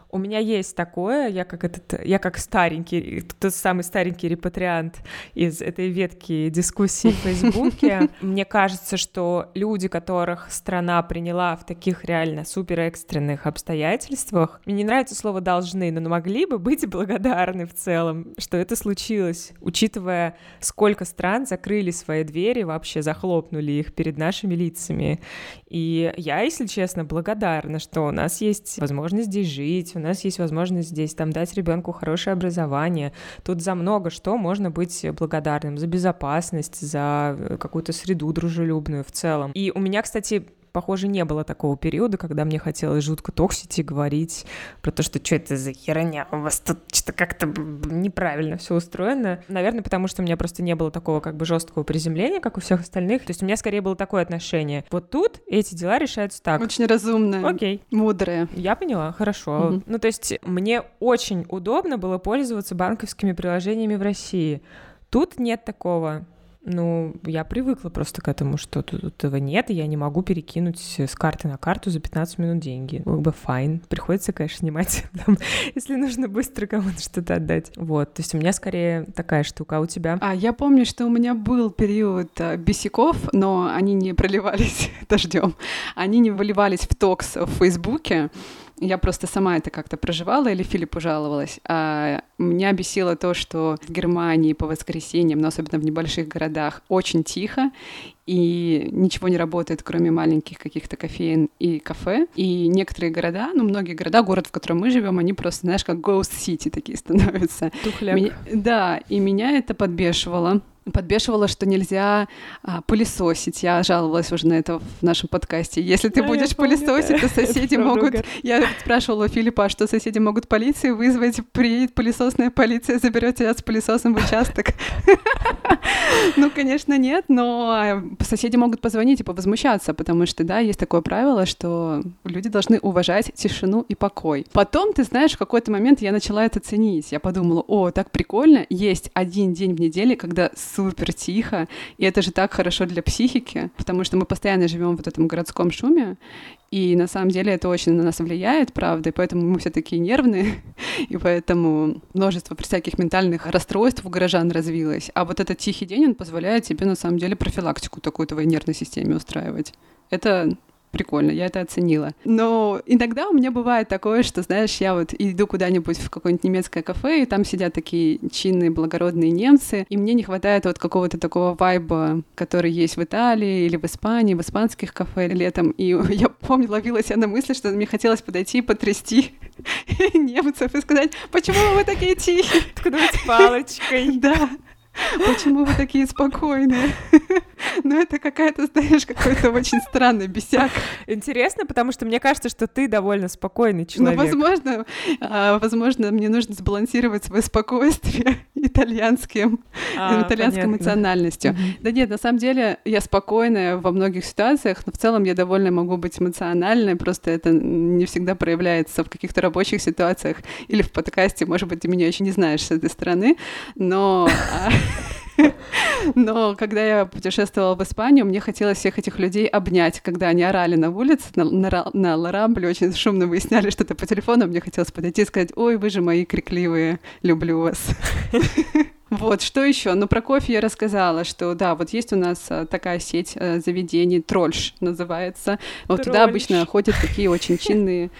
У меня есть такое, я как этот, я как старенький, тот самый старенький репатриант из этой ветки дискуссии в Фейсбуке. Мне кажется, что люди, которых страна приняла в таких реально суперэкстренных обстоятельствах, мне не нравится слово «должны», но могли бы быть благодарны в целом, что это случилось, учитывая, сколько стран закрыли свои двери, вообще захлопнули их перед нашими лицами. И я, если честно, благодарна, что у нас есть возможность здесь жить, у нас есть возможность здесь там дать ребенку хорошее образование. Тут за много что можно быть благодарным. За безопасность, за какую-то среду дружелюбную в целом. И у меня, кстати, похоже, не было такого периода, когда мне хотелось жутко токсить и говорить про то, что что это за херня, у вас тут что-то как-то неправильно все устроено. Наверное, потому что у меня просто не было такого как бы жесткого приземления, как у всех остальных. То есть у меня скорее было такое отношение. Вот тут эти дела решаются так. Очень разумное. Окей. Мудрое. Я поняла, хорошо. Угу. Ну, то есть мне очень удобно было пользоваться банковскими приложениями в России. Тут нет такого. Ну, я привыкла просто к этому, что тут этого нет, и я не могу перекинуть с карты на карту за пятнадцать минут деньги. Как бы файн. Приходится, конечно, снимать, там, если нужно быстро кому-то что-то отдать. Вот, то есть у меня скорее такая штука, а у тебя? А я помню, что у меня был период а, бесяков, но они не проливались дождем, они не выливались в токс в Фейсбуке. Я просто сама это как-то проживала или Филиппу жаловалась. А меня бесило то, что в Германии по воскресеньям, но особенно в небольших городах, очень тихо, и ничего не работает, кроме маленьких каких-то кофеен и кафе. И некоторые города, ну, многие города, город, в котором мы живем, они просто, знаешь, как ghost city такие становятся. Тухляк. Меня, да, и меня это подбешивало. Подбешивало, что нельзя а, пылесосить. Я жаловалась уже на это в нашем подкасте. Если ты да, будешь пылесосить, то соседи могут... Я спрашивала у Филиппа, что соседи могут полицию вызвать, приедет пылесосная полиция, заберет тебя с пылесосом в участок. Ну, конечно, нет, но соседи могут позвонить и повозмущаться, потому что, да, есть такое правило, что люди должны уважать тишину и покой. Потом, ты знаешь, в какой-то момент я начала это ценить. Я подумала, о, так прикольно, есть один день в неделе, когда супер тихо, и это же так хорошо для психики, потому что мы постоянно живем в вот этом городском шуме, и на самом деле это очень на нас влияет, правда, и поэтому мы все такие нервные, и поэтому множество всяких ментальных расстройств у горожан развилось. А вот этот тихий день, он позволяет тебе на самом деле профилактику такой твоей нервной системе устраивать. Это прикольно, я это оценила. Но иногда у меня бывает такое, что, знаешь, я вот иду куда-нибудь в какое-нибудь немецкое кафе, и там сидят такие чинные, благородные немцы, и мне не хватает вот какого-то такого вайба, который есть в Италии или в Испании, в испанских кафе летом. И я помню, ловила себя на мысли, что мне хотелось подойти и потрясти немцев и сказать, почему вы такие тихие? Ткнуть палочкой. Да. Почему вы такие спокойные? Ну, это какая-то, знаешь, какой-то очень странный бесяк. Интересно, потому что мне кажется, что ты довольно спокойный человек. Ну, возможно, а, возможно, мне нужно сбалансировать свое спокойствие итальянским, а, итальянской понятно. Эмоциональностью. Mm-hmm. Да нет, на самом деле я спокойная во многих ситуациях, но в целом я довольно могу быть эмоциональной, просто это не всегда проявляется в каких-то рабочих ситуациях или в подкасте, может быть, ты меня еще не знаешь с этой стороны, но... Но когда я путешествовала в Испанию, мне хотелось всех этих людей обнять, когда они орали на улице, на, на, на Ла-Рамбле, очень шумно выясняли что-то по телефону, мне хотелось подойти и сказать, ой, вы же мои крикливые, люблю вас. Вот, что еще? Ну, про кофе я рассказала, что, да, вот есть у нас а, такая сеть а, заведений, Трольш называется. Вот туда обычно ходят такие очень чинные...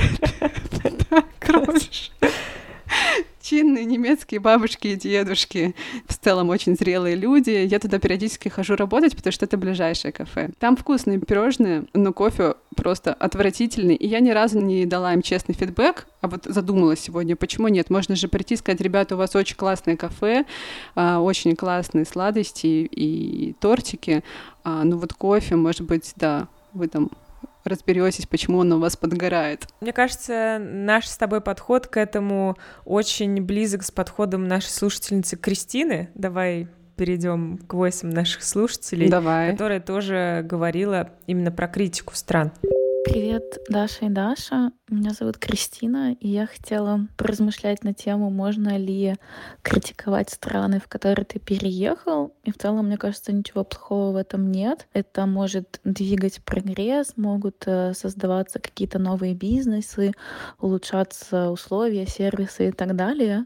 Трольш. Чинные немецкие бабушки и дедушки, в целом очень зрелые люди. Я туда периодически хожу работать, потому что это ближайшее кафе. Там вкусные пирожные, но кофе просто отвратительный. И я ни разу не дала им честный фидбэк, а вот задумалась сегодня, почему нет? Можно же прийти и сказать, ребята, у вас очень классное кафе, очень классные сладости и тортики, ну вот кофе, может быть, да, вы там... разберетесь, почему он у вас подгорает. Мне кажется, наш с тобой подход к этому очень близок с подходом нашей слушательницы Кристины. Давай перейдем к войсам наших слушателей, Давай. Которая тоже говорила именно про критику стран. Привет, Даша и Даша. Меня зовут Кристина, и я хотела поразмышлять на тему, можно ли критиковать страны, в которые ты переехал. И в целом, мне кажется, ничего плохого в этом нет. Это может двигать прогресс, могут создаваться какие-то новые бизнесы, улучшаться условия, сервисы и так далее.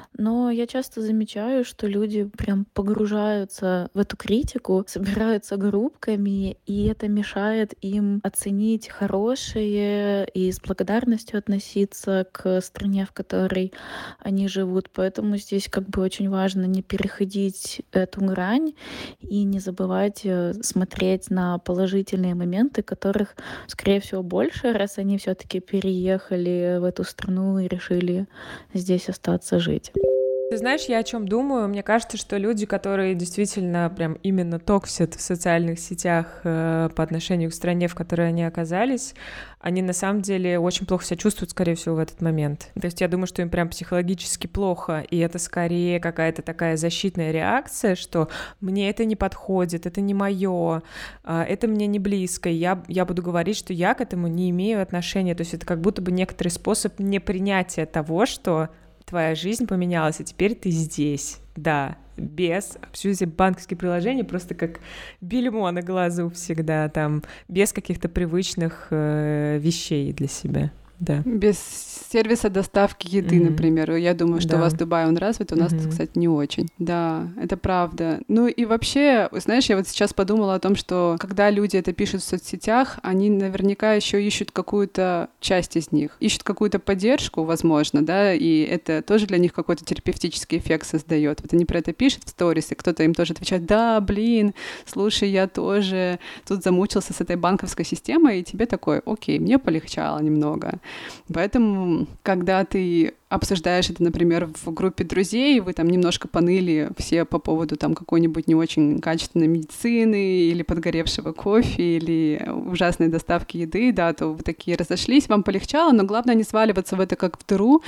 Но я часто замечаю, что люди прям погружаются в эту критику, собираются группками, и это мешает им оценить хорошее и с благодарностью относиться к стране, в которой они живут. Поэтому здесь как бы очень важно не переходить эту грань и не забывать смотреть на положительные моменты, которых, скорее всего, больше, раз они все-таки переехали в эту страну и решили здесь остаться жить. Ты знаешь, я о чем думаю? Мне кажется, что люди, которые действительно прям именно токсят в социальных сетях э, по отношению к стране, в которой они оказались, они на самом деле очень плохо себя чувствуют, скорее всего, в этот момент. То есть я думаю, что им прям психологически плохо, и это скорее какая-то такая защитная реакция, что мне это не подходит, это не мое, э, это мне не близко, я, я буду говорить, что я к этому не имею отношения. То есть это как будто бы некоторый способ непринятия того, что твоя жизнь поменялась, и теперь ты здесь, да, без все эти банковские приложения, просто как бельмо на глазу всегда, там, без каких-то привычных э, вещей для себя. Да. Без сервиса доставки еды, mm-hmm. например. Я думаю, что да. у вас Дубай, он развит, у нас, mm-hmm. кстати, не очень. Да, это правда. Ну и вообще, знаешь, я вот сейчас подумала о том, что когда люди это пишут в соцсетях, они наверняка еще ищут какую-то часть из них, ищут какую-то поддержку, возможно, да, и это тоже для них какой-то терапевтический эффект создает. Вот они про это пишут в сторис, и кто-то им тоже отвечает: да, блин, слушай, я тоже тут замучился с этой банковской системой, и тебе такой: окей, мне полегчало немного. Поэтому, когда ты обсуждаешь это, например, в группе друзей, вы там немножко поныли все по поводу там какой-нибудь не очень качественной медицины или подгоревшего кофе или ужасной доставки еды, да, то вы такие разошлись, вам полегчало, но главное не сваливаться в это как в дыру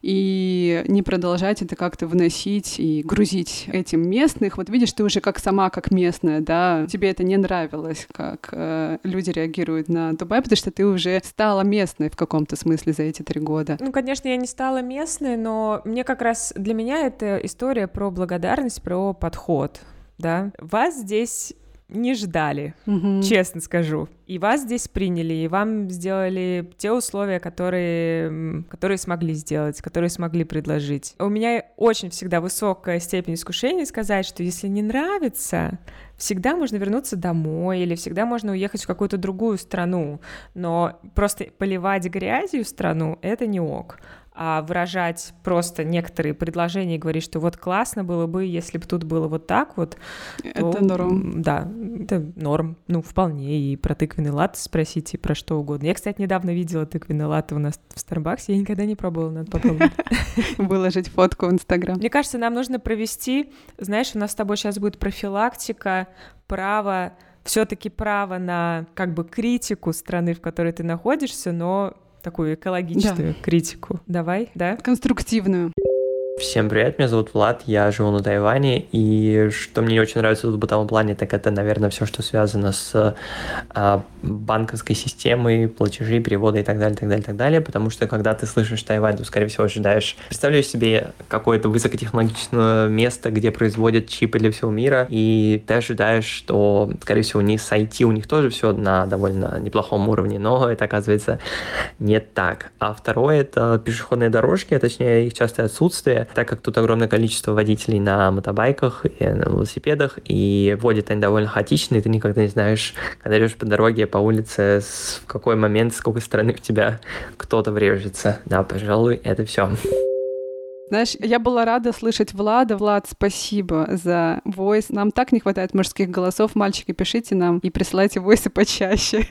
и не продолжать это как-то выносить и грузить этим местных. Вот видишь, ты уже как сама, как местная, да, тебе это не нравилось, как э, люди реагируют на Дубай, потому что ты уже стала местной в каком-то смысле за эти три года. Ну, конечно, я не стала местной, местные, но мне как раз, для меня это история про благодарность, про подход, да. Вас здесь не ждали, mm-hmm. честно скажу, и вас здесь приняли, и вам сделали те условия, которые, которые смогли сделать, которые смогли предложить. У меня очень всегда высокая степень искушения сказать, что если не нравится, всегда можно вернуться домой или всегда можно уехать в какую-то другую страну, но просто поливать грязью страну — это не ок. А выражать просто некоторые предложения и говорить, что вот классно было бы, если бы тут было вот так вот. Это то, норм. Да, это норм. Ну, вполне. И про тыквенный латте спросите, и про что угодно. Я, кстати, недавно видела тыквенный латте у нас в Старбаксе. Я никогда не пробовала, надо попробовать. Выложить фотку в Инстаграм. Мне кажется, нам нужно провести, знаешь, у нас с тобой сейчас будет профилактика, право, все-таки право на как бы критику страны, в которой ты находишься, но такую экологическую да. критику. Давай, да? Конструктивную. Всем привет, меня зовут Влад, я живу на Тайване, и что мне очень нравится в бытовом плане, так это, наверное, все, что связано с а, банковской системой, платежи, переводы и так далее, так далее, так далее, потому что когда ты слышишь Тайвань, то, скорее всего, ожидаешь, представляешь себе какое-то высокотехнологичное место, где производят чипы для всего мира, и ты ожидаешь, что, скорее всего, у них с ай ти у них тоже все на довольно неплохом уровне, но это, оказывается, не так. А второе — это пешеходные дорожки, а точнее их частое отсутствие, так как тут огромное количество водителей на мотобайках и на велосипедах, и водят они довольно хаотично, и ты никогда не знаешь, когда идешь по дороге, по улице, в какой момент, с какой стороны в тебя кто-то врежется. Да, пожалуй, это все. Знаешь, я была рада слышать Влада. Влад, спасибо за войс. Нам так не хватает мужских голосов. Мальчики, пишите нам и присылайте войсы почаще.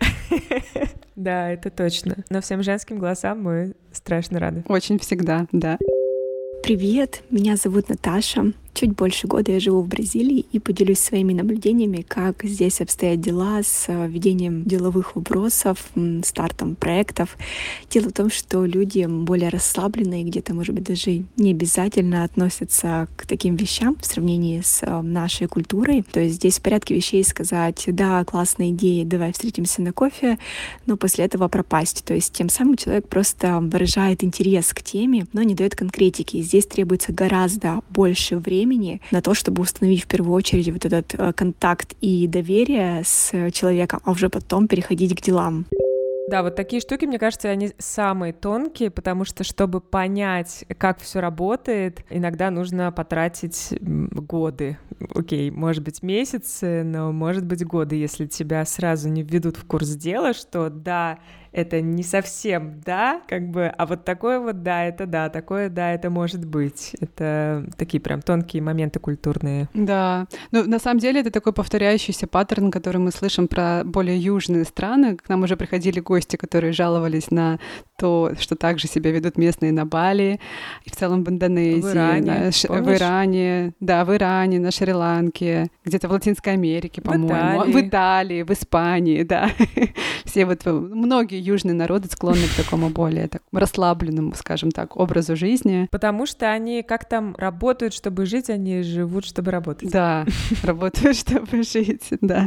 Да, это точно. Но всем женским голосам мы страшно рады. Очень всегда, да. Привет, меня зовут Наташа. Чуть больше года я живу в Бразилии и поделюсь своими наблюдениями, как здесь обстоят дела с ведением деловых вопросов, стартом проектов. Дело в том, что люди более расслабленные, где-то, может быть, даже не обязательно относятся к таким вещам в сравнении с нашей культурой. То есть здесь в порядке вещей сказать: да, классная идея, давай встретимся на кофе, но после этого пропасть. То есть тем самым человек просто выражает интерес к теме, но не дает конкретики. И здесь требуется гораздо больше времени на то, чтобы установить в первую очередь вот этот контакт и доверие с человеком, а уже потом переходить к делам. Да, вот такие штуки, мне кажется, они самые тонкие, потому что, чтобы понять, как все работает, иногда нужно потратить годы. Окей, может быть, месяцы, но может быть годы, если тебя сразу не введут в курс дела, что да, это не совсем да, как бы, а вот такое вот да, это да, такое да, это может быть. Это такие прям тонкие моменты культурные. Да, ну на самом деле это такой повторяющийся паттерн, который мы слышим про более южные страны. К нам уже приходили гости, которые жаловались на то, что также себя ведут местные на Бали, и в целом в Индонезии, в Иране, на, в Иране, да, в Иране, на Шри-Ланке, где-то в Латинской Америке, по-моему, в Италии, в, Италии, в Испании, да. Все вот многие южные народы склонны к такому более так, расслабленному, скажем так, образу жизни. Потому что они как там работают, чтобы жить, они живут, чтобы работать. Да, работают, чтобы жить, да.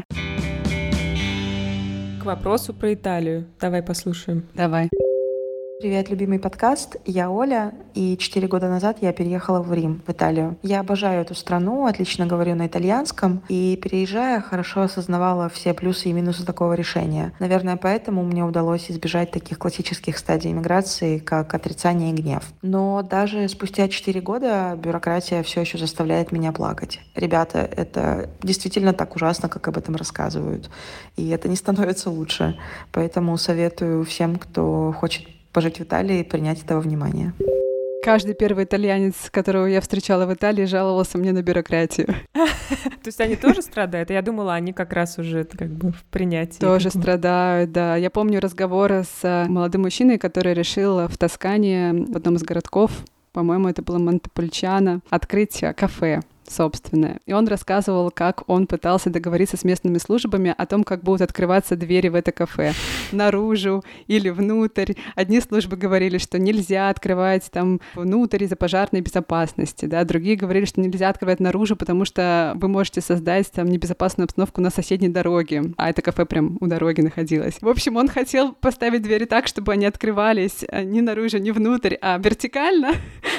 К вопросу про Италию. Давай послушаем. Давай. Привет, любимый подкаст. Я Оля, и четыре года назад я переехала в Рим, в Италию. Я обожаю эту страну, отлично говорю на итальянском, и, переезжая, хорошо осознавала все плюсы и минусы такого решения. Наверное, поэтому мне удалось избежать таких классических стадий миграции, как отрицание и гнев. Но даже спустя четыре года бюрократия все еще заставляет меня плакать. Ребята, это действительно так ужасно, как об этом рассказывают. И это не становится лучше. Поэтому советую всем, кто хочет пожить в Италии, принять это во внимание. Каждый первый итальянец, которого я встречала в Италии, жаловался мне на бюрократию. То есть они тоже страдают? Я думала, они как раз уже как бы в принятии. Тоже страдают, да. Я помню разговоры с молодым мужчиной, который решил в Тоскане, в одном из городков, по-моему, это было Монтепульчано, открыть кафе собственное. И он рассказывал, как он пытался договориться с местными службами о том, как будут открываться двери в это кафе. Наружу или внутрь. Одни службы говорили, что нельзя открывать там внутрь из-за пожарной безопасности, да. Другие говорили, что нельзя открывать наружу, потому что вы можете создать там небезопасную обстановку на соседней дороге. А это кафе прям у дороги находилось. В общем, он хотел поставить двери так, чтобы они открывались не наружу, не внутрь, а вертикально.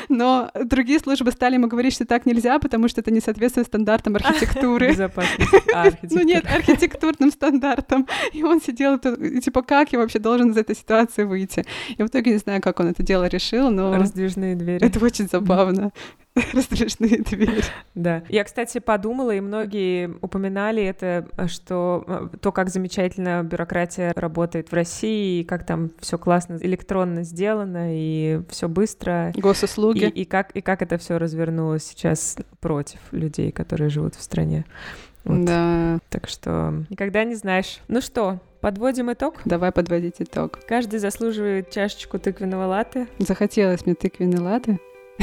Но другие службы стали ему говорить, что так нельзя, потому что это не соответствует стандартам архитектуры. Безопасности. Ну нет, архитектурным стандартам. И он сидел, типа, как я вообще должен из этой ситуации выйти? И в итоге не знаю, как он это дело решил, но... Раздвижные двери. Это очень забавно. Раздвижные двери. Да. Я, кстати, подумала, и многие упоминали это, что то, как замечательно бюрократия работает в России, и как там все классно электронно сделано, и все быстро. Госуслуги. И, и, как, и как это все развернулось сейчас против людей, которые живут в стране. Вот. Да. Так что никогда не знаешь. Ну что, подводим итог? Давай подводить итог. Каждый заслуживает чашечку тыквенного латте. Захотелось мне тыквенный латте.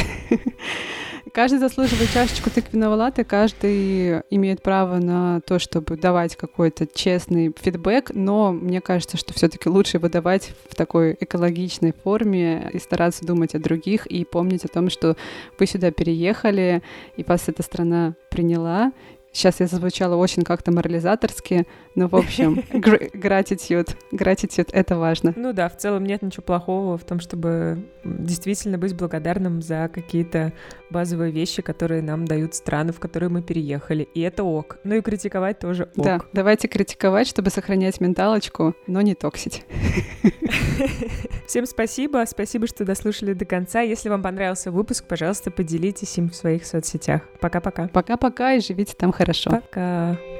Каждый заслуживает чашечку тыквенного латте, каждый имеет право на то, чтобы давать какой-то честный фидбэк, но мне кажется, что все-таки лучше его давать в такой экологичной форме и стараться думать о других и помнить о том, что вы сюда переехали, и вас эта страна приняла. Сейчас я зазвучала очень как-то морализаторски, но, в общем, gratitude, gratitude — это важно. Ну да, в целом нет ничего плохого в том, чтобы действительно быть благодарным за какие-то базовые вещи, которые нам дают страны, в которые мы переехали, и это ок. Ну и критиковать тоже ок. Да, давайте критиковать, чтобы сохранять менталочку, но не токсить. Всем спасибо, спасибо, что дослушали до конца. Если вам понравился выпуск, пожалуйста, поделитесь им в своих соцсетях. Пока-пока. Пока-пока и живите там хорошо. Пока.